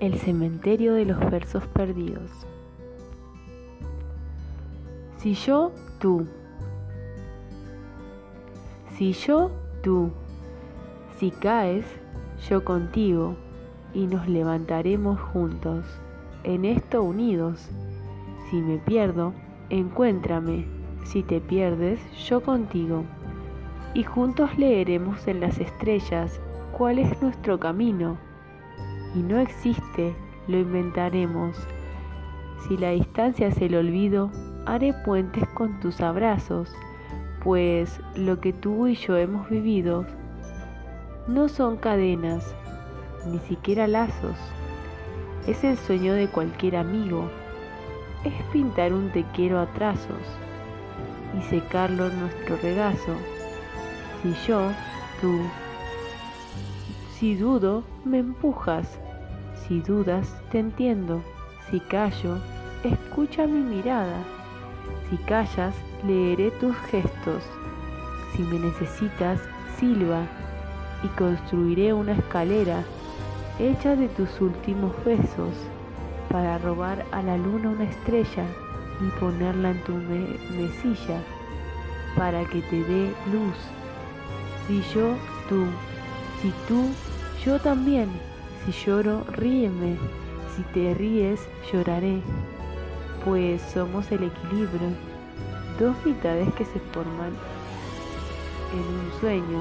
El cementerio de los versos perdidos. Si yo, tú. Si yo, tú. Si caes, yo contigo, y nos levantaremos juntos, en esto unidos. Si me pierdo, encuéntrame. Si te pierdes, yo contigo. Y juntos leeremos en las estrellas cuál es nuestro camino. Y no existe, lo inventaremos. Si la distancia es el olvido, haré puentes con tus abrazos, pues lo que tú y yo hemos vivido no son cadenas, ni siquiera lazos. Es el sueño de cualquier amigo. Es pintar un te quiero a trazos y secarlo en nuestro regazo. Si yo, tú. Si dudo, me empujas. Si dudas, te entiendo. Si callo, escucha mi mirada. Si callas, leeré tus gestos. Si me necesitas, silba, y construiré una escalera hecha de tus últimos besos para robar a la luna una estrella y ponerla en tu mesilla para que te dé luz. Si yo, tú. Si tú, yo también. Si lloro, ríeme. Si te ríes, lloraré. Pues somos el equilibrio, dos mitades que se forman en un sueño.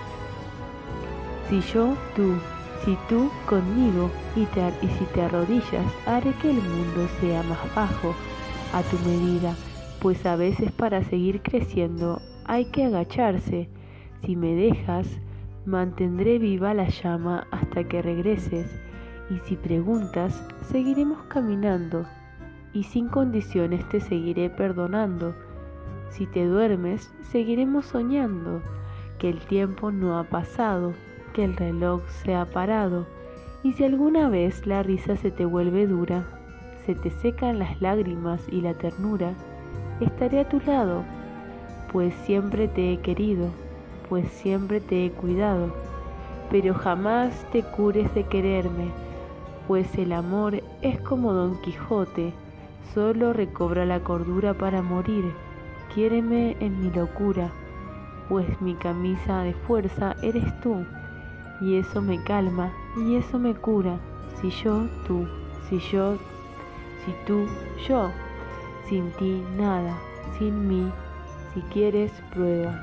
Si yo, tú. Si tú, conmigo. Y si te arrodillas, haré que el mundo sea más bajo a tu medida. Pues a veces para seguir creciendo hay que agacharse. Si me dejas, mantendré viva la llama hasta que regreses, y si preguntas, seguiremos caminando, y sin condiciones te seguiré perdonando. Si te duermes, seguiremos soñando, que el tiempo no ha pasado, que el reloj se ha parado, y si alguna vez la risa se te vuelve dura, se te secan las lágrimas y la ternura, estaré a tu lado, pues siempre te he querido, pues siempre te he cuidado, pero jamás te cures de quererme, pues el amor es como Don Quijote, solo recobra la cordura para morir. Quiéreme en mi locura, pues mi camisa de fuerza eres tú, y eso me calma y eso me cura. Si yo, tú, si yo, si tú, yo, sin ti nada, sin mí, si quieres prueba.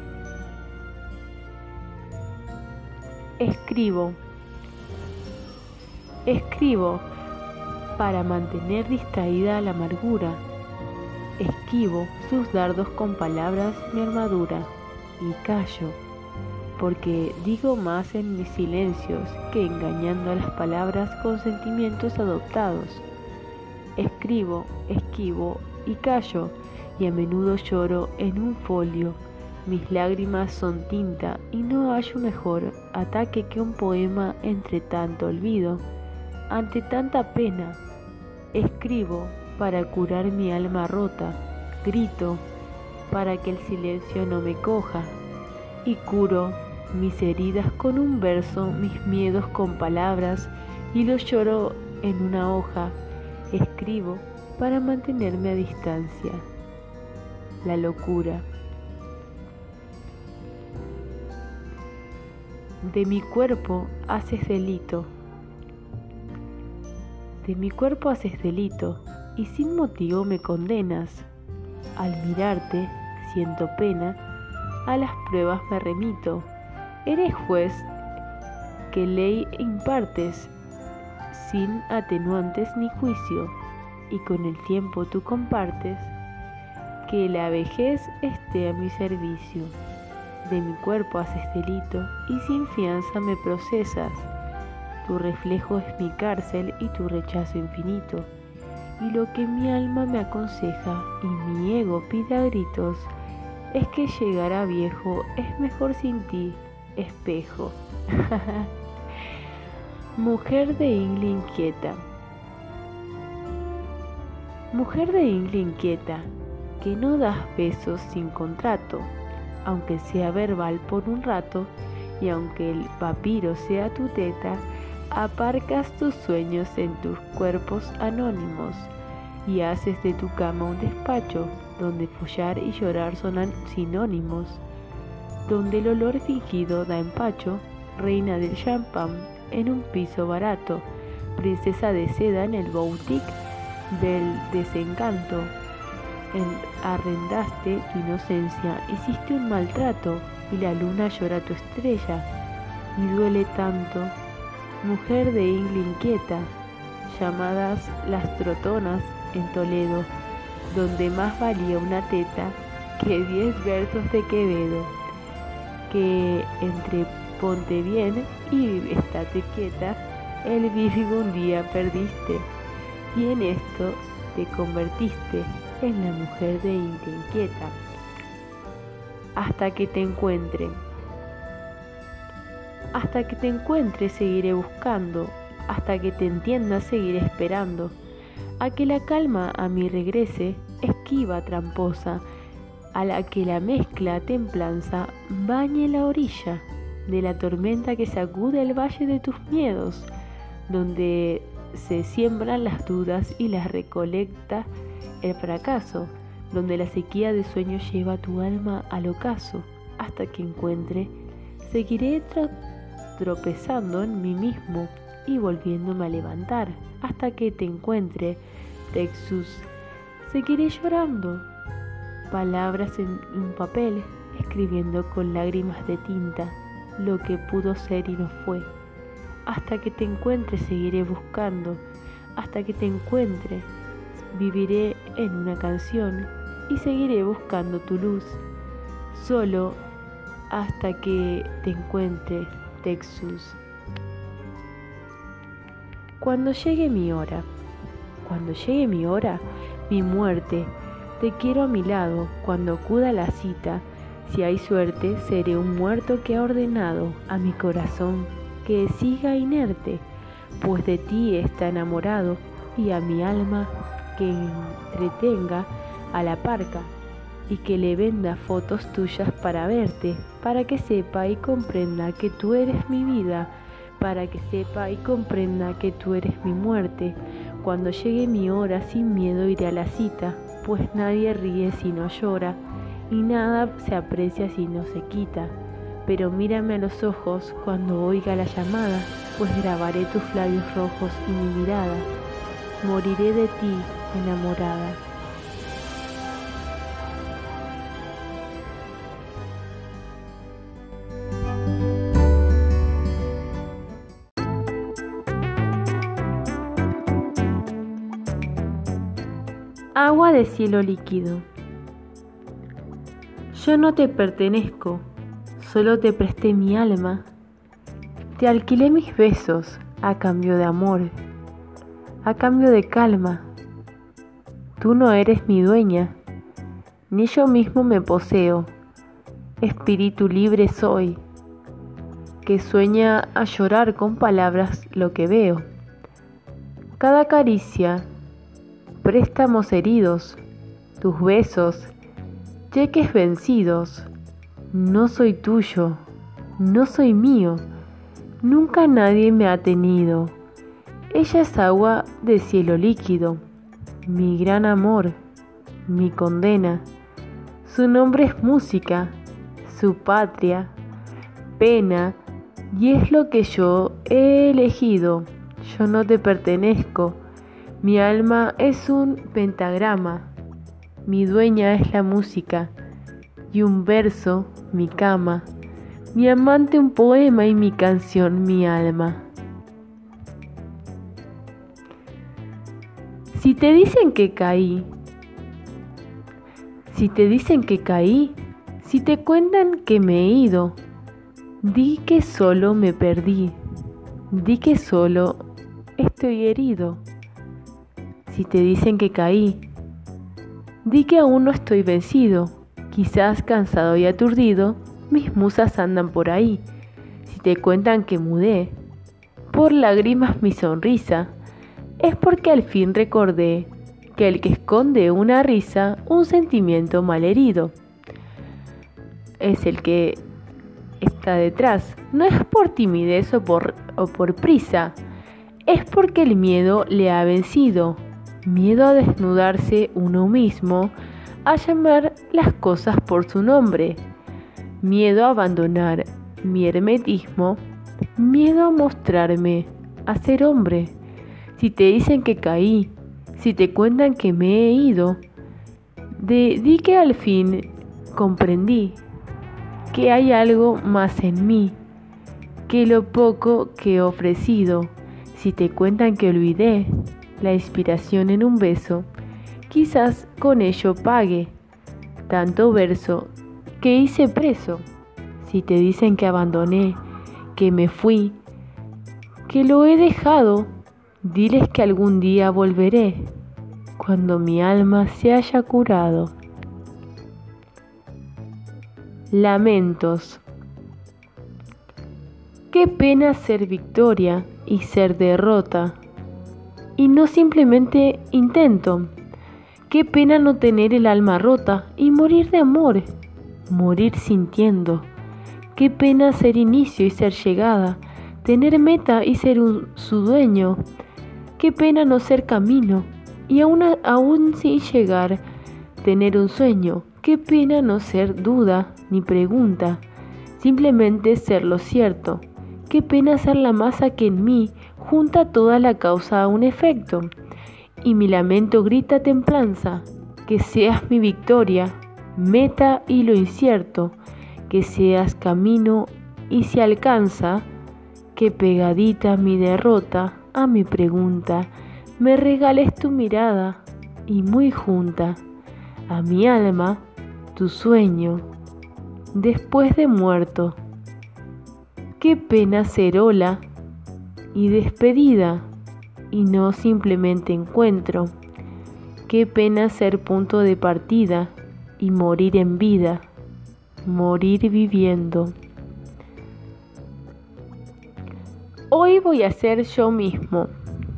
Escribo para mantener distraída la amargura. Esquivo sus dardos con palabras mi armadura y callo, porque digo más en mis silencios que engañando a las palabras con sentimientos adoptados. Escribo, esquivo y callo, y a menudo lloro en un folio. Mis lágrimas son tinta y no hallo mejor ataque que un poema entre tanto olvido, ante tanta pena. Escribo para curar mi alma rota, grito para que el silencio no me coja, y curo mis heridas con un verso, mis miedos con palabras, y los lloro en una hoja. Escribo para mantenerme a distancia. La locura. De mi cuerpo haces delito. De mi cuerpo haces delito, y sin motivo me condenas. Al mirarte, siento pena, a las pruebas me remito. Eres juez que ley impartes, sin atenuantes ni juicio, y con el tiempo tú compartes que la vejez esté a mi servicio. De mi cuerpo haces delito, y sin fianza me procesas. Tu reflejo es mi cárcel y tu rechazo infinito, y lo que mi alma me aconseja y mi ego pide a gritos es que llegar a viejo es mejor sin ti, espejo. Mujer de ingle inquieta. Mujer de ingle inquieta, que no das besos sin contrato, aunque sea verbal por un rato, y aunque el papiro sea tu teta, aparcas tus sueños en tus cuerpos anónimos y haces de tu cama un despacho donde follar y llorar son sinónimos, donde el olor fingido da empacho, reina del champán en un piso barato, princesa de seda en el boutique del desencanto. Arrendaste tu inocencia, hiciste un maltrato y la luna llora tu estrella y duele tanto. Mujer de ingle inquieta, llamadas las trotonas en Toledo, donde más valía una teta que 10 versos de Quevedo, que entre ponte bien y estate quieta, el virgo un día perdiste, y en esto te convertiste en la mujer de ingle inquieta. Hasta que te encuentre seguiré buscando, hasta que te entienda seguiré esperando, a que la calma a mí regrese, esquiva tramposa, a la que la mezcla templanza bañe la orilla de la tormenta que sacude el valle de tus miedos, donde se siembran las dudas y las recolecta el fracaso, donde la sequía de sueños lleva tu alma al ocaso. Hasta que encuentre, seguiré tropezando en mí mismo y volviéndome a levantar. Hasta que te encuentre, Texus, seguiré llorando palabras en un papel, escribiendo con lágrimas de tinta lo que pudo ser y no fue. Hasta que te encuentre seguiré buscando, hasta que te encuentre viviré en una canción y seguiré buscando tu luz, solo hasta que te encuentre, Texus. Cuando llegue mi hora, mi muerte, te quiero a mi lado, cuando acuda la cita, si hay suerte, seré un muerto que ha ordenado a mi corazón que siga inerte, pues de ti está enamorado, y a mi alma que entretenga a la parca y que le venda fotos tuyas para verte, para que sepa y comprenda que tú eres mi vida, para que sepa y comprenda que tú eres mi muerte. Cuando llegue mi hora, sin miedo iré a la cita, pues nadie ríe si no llora, y nada se aprecia si no se quita. Pero mírame a los ojos cuando oiga la llamada, pues grabaré tus labios rojos y mi mirada. Moriré de ti, enamorada. Agua de cielo líquido. Yo no te pertenezco, solo te presté mi alma. Te alquilé mis besos a cambio de amor, a cambio de calma. Tú no eres mi dueña, ni yo mismo me poseo. Espíritu libre soy, que sueña a llorar con palabras lo que veo. Cada caricia, préstamos heridos, tus besos, cheques vencidos. No soy tuyo, no soy mío, nunca nadie me ha tenido. Ella es agua de cielo líquido, mi gran amor, mi condena. Su nombre es música, su patria, pena, y es lo que yo he elegido. Yo no te pertenezco, mi alma es un pentagrama, mi dueña es la música, y un verso, mi cama, mi amante un poema y mi canción, mi alma. Si te dicen que caí, si te cuentan que me he ido, di que solo me perdí, di que solo estoy herido. Si te dicen que caí, di que aún no estoy vencido, quizás cansado y aturdido, mis musas andan por ahí. Si te cuentan que mudé, por lágrimas mi sonrisa, es porque al fin recordé que el que esconde una risa, un sentimiento malherido, es el que está está detrás. No es por timidez o por prisa, es porque el miedo le ha vencido. Miedo a desnudarse uno mismo, a llamar las cosas por su nombre. Miedo a abandonar mi hermetismo, miedo a mostrarme, a ser hombre. Si te dicen que caí, si te cuentan que me he ido, di que al fin comprendí que hay algo más en mí que lo poco que he ofrecido. Si te cuentan que olvidé la inspiración en un beso, quizás con ello pague tanto verso que hice preso. Si te dicen que abandoné, que me fui, que lo he dejado, diles que algún día volveré, cuando mi alma se haya curado. Lamentos. Qué pena ser victoria y ser derrota, y no simplemente intento. Qué pena no tener el alma rota y morir de amor, morir sintiendo. Qué pena ser inicio y ser llegada, tener meta y ser su dueño. Qué pena no ser camino y aún sin llegar, tener un sueño. Qué pena no ser duda ni pregunta, simplemente ser lo cierto. Qué pena ser la masa que en mí junta toda la causa a un efecto. Y mi lamento grita templanza, que seas mi victoria, meta y lo incierto, que seas camino y se alcanza, que pegadita mi derrota a mi pregunta, me regales tu mirada y muy junta a mi alma tu sueño después de muerto. Qué pena ser ola y despedida y no simplemente encuentro. Qué pena ser punto de partida y morir en vida, morir viviendo. Hoy voy a ser yo mismo.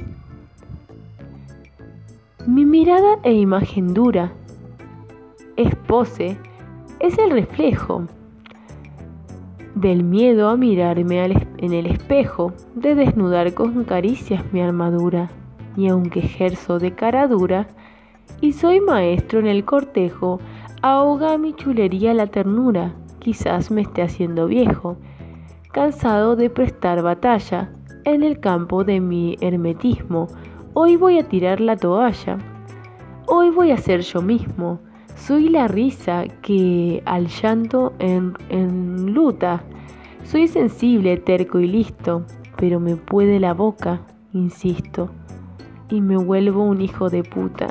Mi mirada e imagen dura es pose, es el reflejo del miedo a mirarme en el espejo, de desnudar con caricias mi armadura, y aunque ejerzo de cara dura y soy maestro en el cortejo, ahoga mi chulería la ternura. Quizás me esté haciendo viejo, cansado de prestar batalla en el campo de mi hermetismo. Hoy voy a tirar la toalla, hoy voy a ser yo mismo. Soy la risa que al llanto enluta. Soy sensible, terco y listo, pero me puede la boca, insisto, y me vuelvo un hijo de puta.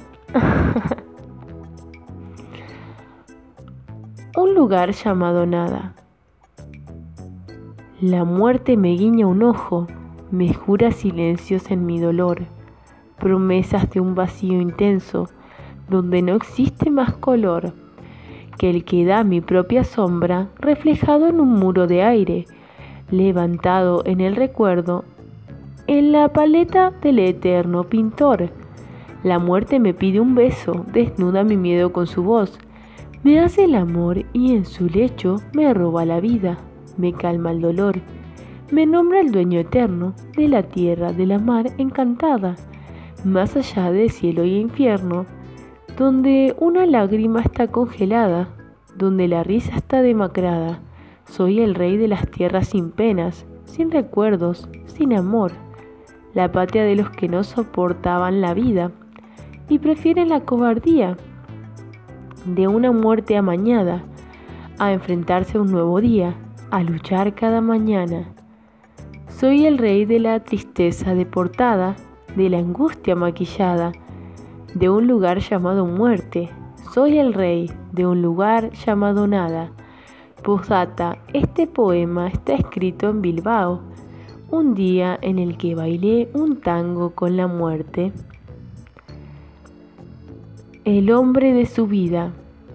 Un lugar llamado nada. La muerte me guiña un ojo, me jura silencios en mi dolor, promesas de un vacío intenso, donde no existe más color que el que da mi propia sombra, reflejado en un muro de aire, levantado en el recuerdo, en la paleta del eterno pintor. La muerte me pide un beso, desnuda mi miedo con su voz, me hace el amor y en su lecho me roba la vida, me calma el dolor, me nombra el dueño eterno de la tierra, de la mar encantada, más allá de cielo y infierno, donde una lágrima está congelada, donde la risa está demacrada. Soy el rey de las tierras sin penas, sin recuerdos, sin amor, la patria de los que no soportaban la vida y prefieren la cobardía de una muerte amañada a enfrentarse a un nuevo día, a luchar cada mañana. Soy el rey de la tristeza deportada, de la angustia maquillada, de un lugar llamado muerte. Soy el rey de un lugar llamado nada. Postdata, este poema está escrito en Bilbao, un día en el que bailé un tango con la muerte. El hombre de su vida.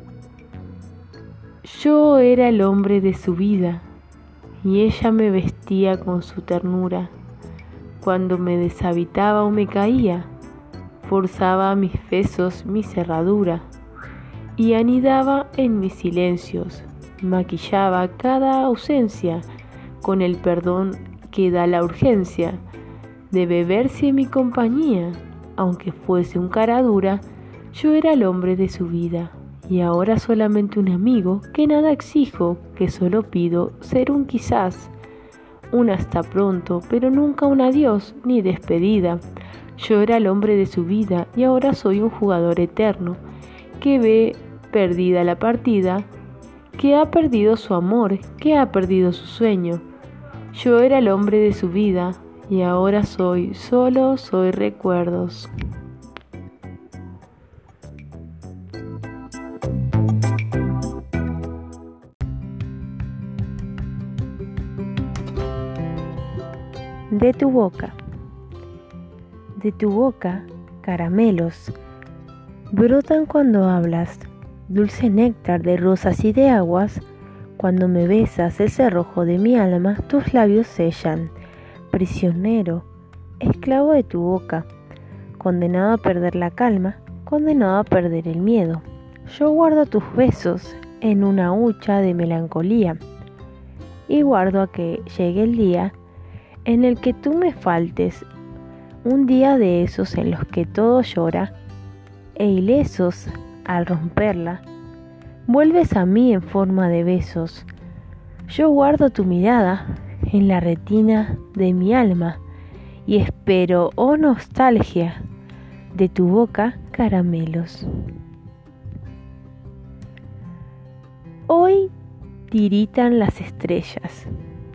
Yo era el hombre de su vida, y ella me vestía con su ternura. Cuando me deshabitaba o me caía, forzaba a mis besos mi cerradura, y anidaba en mis silencios, maquillaba cada ausencia con el perdón que da la urgencia de beberse mi compañía. Aunque fuese un cara dura, yo era el hombre de su vida, y ahora solamente un amigo que nada exijo, que solo pido ser un quizás, un hasta pronto, pero nunca un adiós ni despedida. Yo era el hombre de su vida y ahora soy un jugador eterno, que ve perdida la partida, que ha perdido su amor, que ha perdido su sueño. Yo era el hombre de su vida y ahora soy recuerdos. De tu boca. De tu boca, caramelos, brotan cuando hablas, dulce néctar de rosas y de aguas. Cuando me besas el cerrojo de mi alma, tus labios sellan. Prisionero, esclavo de tu boca, condenado a perder la calma, condenado a perder el miedo. Yo guardo tus besos en una hucha de melancolía y guardo a que llegue el día en el que tú me faltes, un día de esos en los que todo llora, e ilesos al romperla, vuelves a mí en forma de besos. Yo guardo tu mirada en la retina de mi alma y espero, oh nostalgia, de tu boca caramelos. Hoy tiritan las estrellas.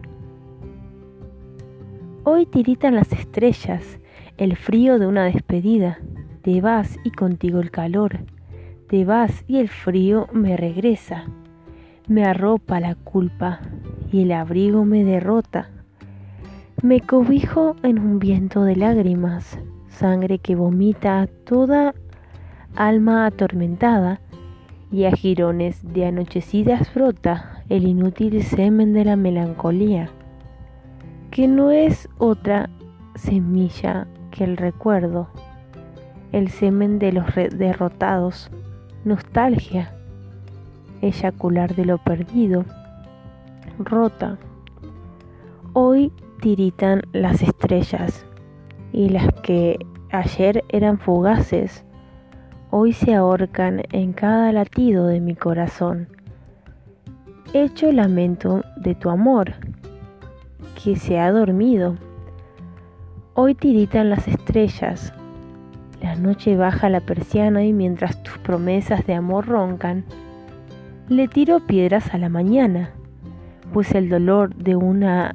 Hoy tiritan las estrellas, el frío de una despedida. Te vas y contigo el calor. Te vas y el frío me regresa. Me arropa la culpa y el abrigo me derrota. Me cobijo en un viento de lágrimas, sangre que vomita toda alma atormentada, y a jirones de anochecidas brota el inútil semen de la melancolía, que no es otra semilla que el recuerdo, el semen de los derrotados, nostalgia, eyacular de lo perdido, rota. Hoy tiritan las estrellas, y las que ayer eran fugaces, hoy se ahorcan en cada latido de mi corazón. Hecho lamento de tu amor, que se ha dormido. Hoy tiritan las estrellas, la noche baja la persiana y mientras tus promesas de amor roncan, le tiro piedras a la mañana, pues el dolor de una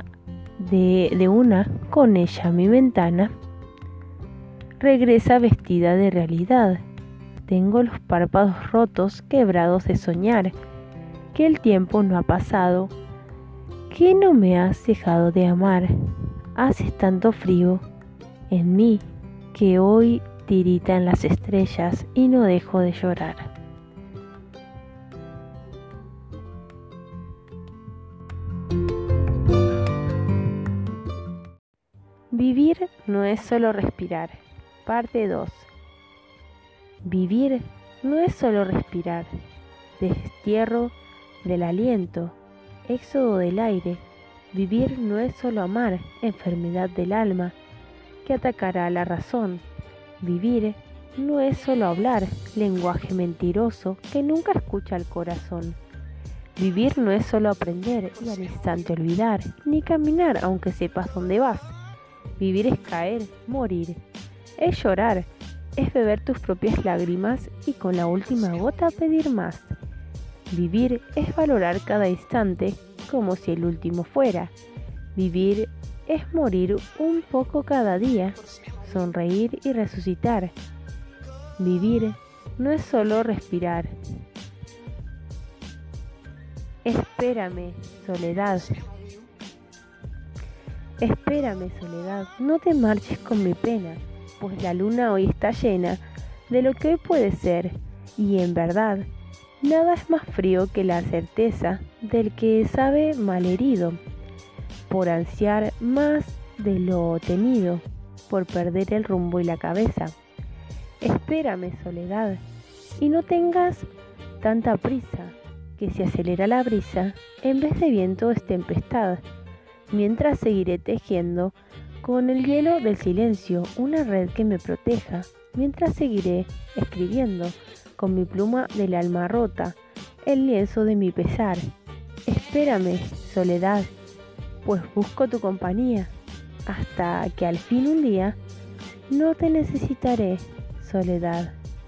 con ella a mi ventana regresa vestida de realidad. Tengo los párpados rotos, quebrados de soñar, que el tiempo no ha pasado, que no me has dejado de amar. Haces tanto frío en mí que hoy tiritan las estrellas y no dejo de llorar. Vivir no es solo respirar. Parte 2. Vivir no es solo respirar. Destierro del aliento, éxodo del aire. Vivir no es solo amar, enfermedad del alma que atacará a la razón. Vivir no es solo hablar, lenguaje mentiroso que nunca escucha al corazón. Vivir no es solo aprender y al instante olvidar, ni caminar aunque sepas dónde vas. Vivir es caer, morir, es llorar, es beber tus propias lágrimas y con la última gota pedir más. Vivir es valorar cada instante como si el último fuera. Vivir es morir un poco cada día, sonreír y resucitar. Vivir no es solo respirar. Espérame, soledad. Espérame, soledad, no te marches con mi pena, pues la luna hoy está llena de lo que hoy puede ser, y en verdad, nada es más frío que la certeza del que sabe malherido, por ansiar más de lo tenido, por perder el rumbo y la cabeza. Espérame, soledad, y no tengas tanta prisa, que si acelera la brisa, en vez de viento es tempestad, mientras seguiré tejiendo con el hielo del silencio una red que me proteja, mientras seguiré escribiendo con mi pluma del alma rota el lienzo de mi pesar. Espérame, soledad, pues busco tu compañía, hasta que al fin un día no te necesitaré, soledad.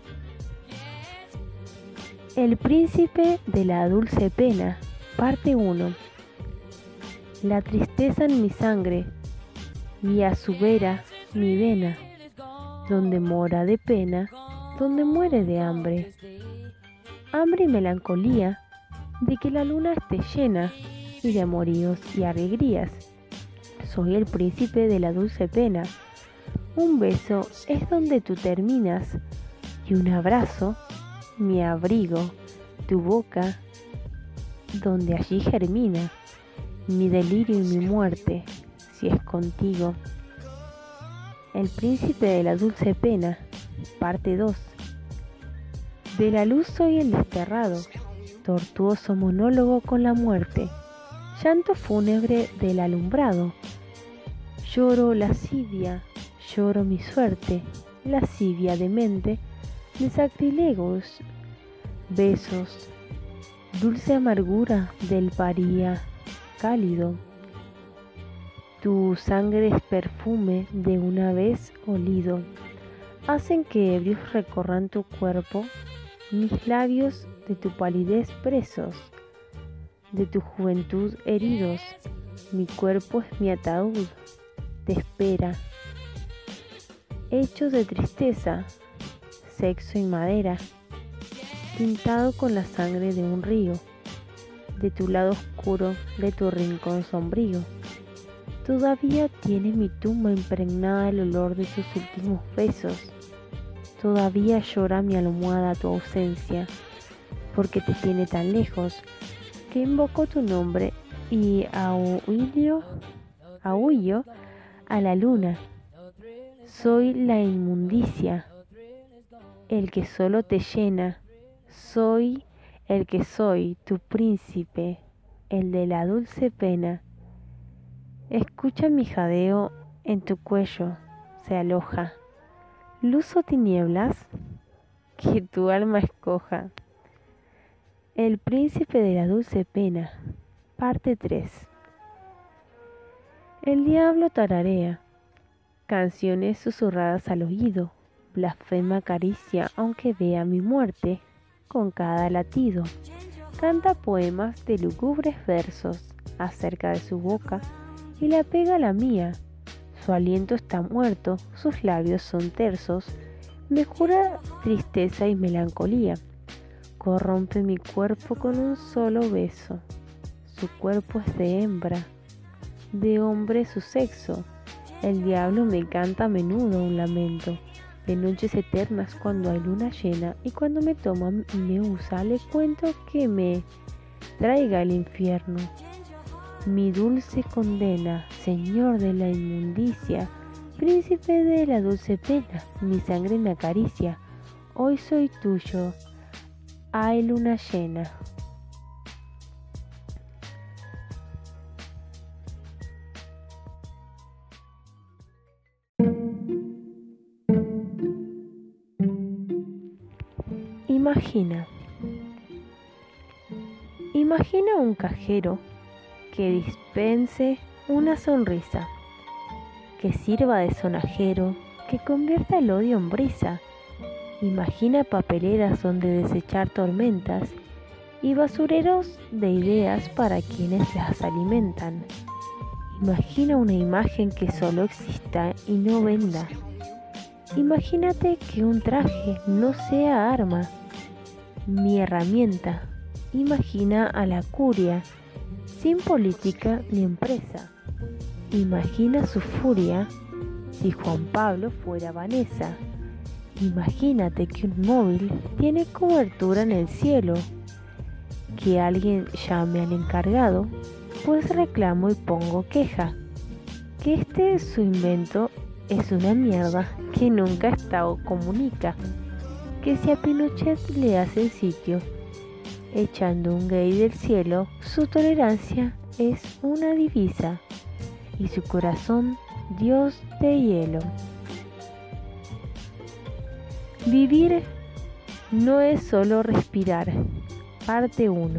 El príncipe de la dulce pena, parte 1. La tristeza en mi sangre, y a su vera mi vena, donde mora de pena, donde muere de hambre. Hambre y melancolía, de que la luna esté llena, y de amoríos y alegrías. Soy el príncipe de la dulce pena. Un beso es donde tú terminas, y un abrazo, mi abrigo, tu boca, donde allí germina mi delirio y mi muerte, si es contigo. El príncipe de la dulce pena, parte 2. De la luz soy el desterrado, tortuoso monólogo con la muerte, llanto fúnebre del alumbrado. Lloro lascivia, lloro mi suerte, lascivia demente de sacrilegos, besos, dulce amargura del paría cálido. Tu sangre es perfume de una vez olido, hacen que ebrios recorran tu cuerpo, mis labios de tu palidez presos, de tu juventud heridos, mi cuerpo es mi ataúd, te espera, hecho de tristeza, sexo y madera, tintado con la sangre de un río, de tu lado oscuro, de tu rincón sombrío. Todavía tiene mi tumba impregnada el olor de tus últimos besos. Todavía llora mi almohada tu ausencia, porque te tiene tan lejos, que invoco tu nombre y aúllo a la luna. Soy la inmundicia, el que solo te llena. Soy el que soy, tu príncipe, el de la dulce pena. Escucha mi jadeo en tu cuello, se aloja. Luz o tinieblas, que tu alma escoja. El príncipe de la dulce pena, parte 3. El diablo tararea canciones susurradas al oído, blasfema caricia aunque vea mi muerte con cada latido. Canta poemas de lúgubres versos acerca de su boca y la pega a la mía. Su aliento está muerto, sus labios son tersos, me jura tristeza y melancolía. Corrompe mi cuerpo con un solo beso. Su cuerpo es de hembra, de hombre su sexo. El diablo me canta a menudo un lamento, de noches eternas cuando hay luna llena, y cuando me toma y me usa le cuento que me traiga el infierno. Mi dulce condena, señor de la inmundicia, príncipe de la dulce pena, mi sangre me acaricia. Hoy soy tuyo, hay luna llena. Imagina un cajero que dispense una sonrisa, que sirva de sonajero, que convierta el odio en brisa. Imagina papeleras donde desechar tormentas y basureros de ideas para quienes las alimentan. Imagina una imagen que solo exista y no venda. Imagínate que un traje no sea arma, mi herramienta. Imagina a la curia, sin política ni empresa. Imagina su furia si Juan Pablo fuera Vanessa. Imagínate que un móvil tiene cobertura en el cielo. Que alguien llame al encargado, pues reclamo y pongo queja. Que este su invento es una mierda que nunca Estado comunica. Que si a Pinochet le hacen sitio, echando un gay del cielo, su tolerancia es una divisa y su corazón Dios de hielo. Vivir no es solo respirar. Parte 1.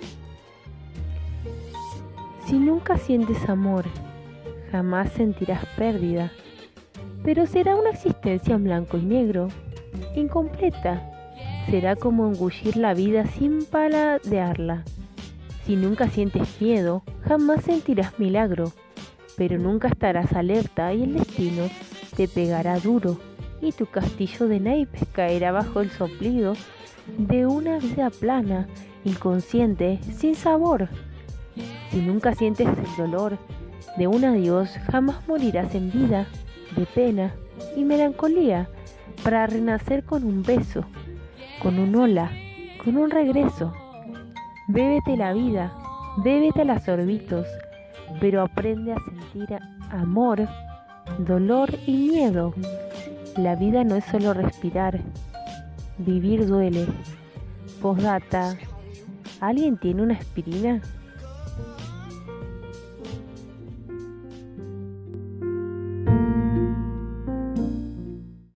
Si nunca sientes amor, jamás sentirás pérdida, pero será una existencia en blanco y negro, incompleta. Será como engullir la vida sin paladearla. Si nunca sientes miedo, jamás sentirás milagro, pero nunca estarás alerta y el destino te pegará duro y tu castillo de naipes caerá bajo el soplido de una vida plana, inconsciente, sin sabor. Si nunca sientes el dolor de un adiós, jamás morirás en vida, de pena y melancolía, para renacer con un beso, con un hola, con un regreso. Bébete la vida, bébete a sorbitos, pero aprende a sentir amor, dolor y miedo. La vida no es solo respirar, vivir duele. Postdata, ¿alguien tiene una aspirina?